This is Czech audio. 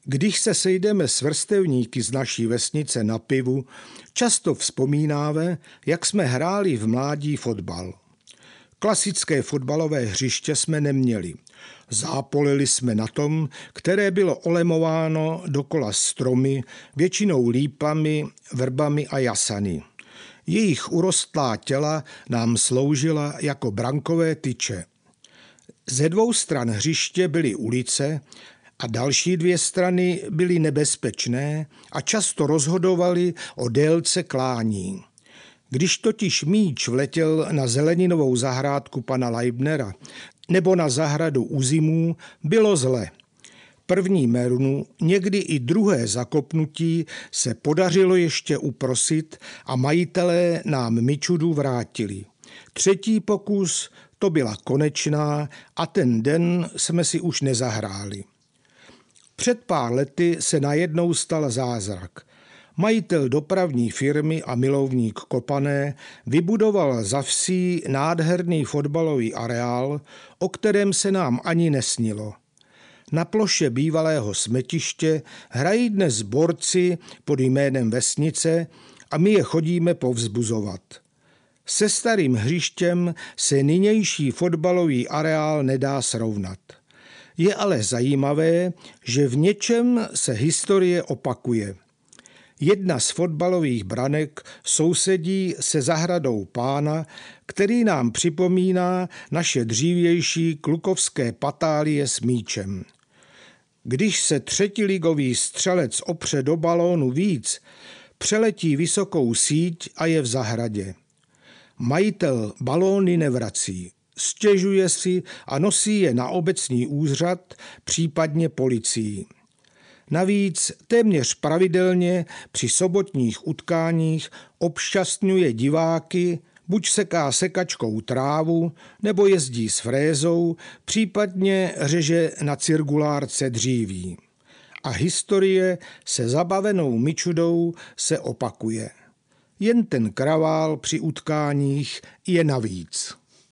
Když se sejdeme s vrstevníky z naší vesnice na pivu, často vzpomínáme, jak jsme hráli v mládí fotbal. Klasické fotbalové hřiště jsme neměli. Zápolili jsme na tom, které bylo olemováno dokola stromy, většinou lípami, vrbami a jasany. Jejich urostlá těla nám sloužila jako brankové tyče. Ze dvou stran hřiště byly ulice a další dvě strany byly nebezpečné a často rozhodovaly o délce klání. Když totiž míč vletěl na zeleninovou zahrádku pana Leibnera nebo na zahradu Uzimů, bylo zle. První merunu, někdy i druhé zakopnutí se podařilo ještě uprosit a majitelé nám mičudu vrátili. Třetí pokus, to byla konečná a ten den jsme si už nezahráli. Před pár lety se najednou stal zázrak. Majitel dopravní firmy a milovník kopané vybudoval za vsí nádherný fotbalový areál, o kterém se nám ani nesnilo. Na ploše bývalého smetiště hrají dnes borci pod jménem vesnice a my je chodíme povzbuzovat. Se starým hřištěm se nynější fotbalový areál nedá srovnat. Je ale zajímavé, že v něčem se historie opakuje. Jedna z fotbalových branek sousedí se zahradou Pána, který nám připomíná naše dřívější klukovské patálie s míčem. Když se třetiligový střelec opře do balónu víc, přeletí vysokou síť a je v zahradě. Majitel balóny nevrací, stěžuje si a nosí je na obecní úřad, případně policii. Navíc téměř pravidelně při sobotních utkáních obšťastňuje diváky, buď seká sekačkou trávu, nebo jezdí s frézou, případně řeže na cirkulárce dříví. A historie se zabavenou mičudou se opakuje. Jen ten kravál při utkáních je navíc.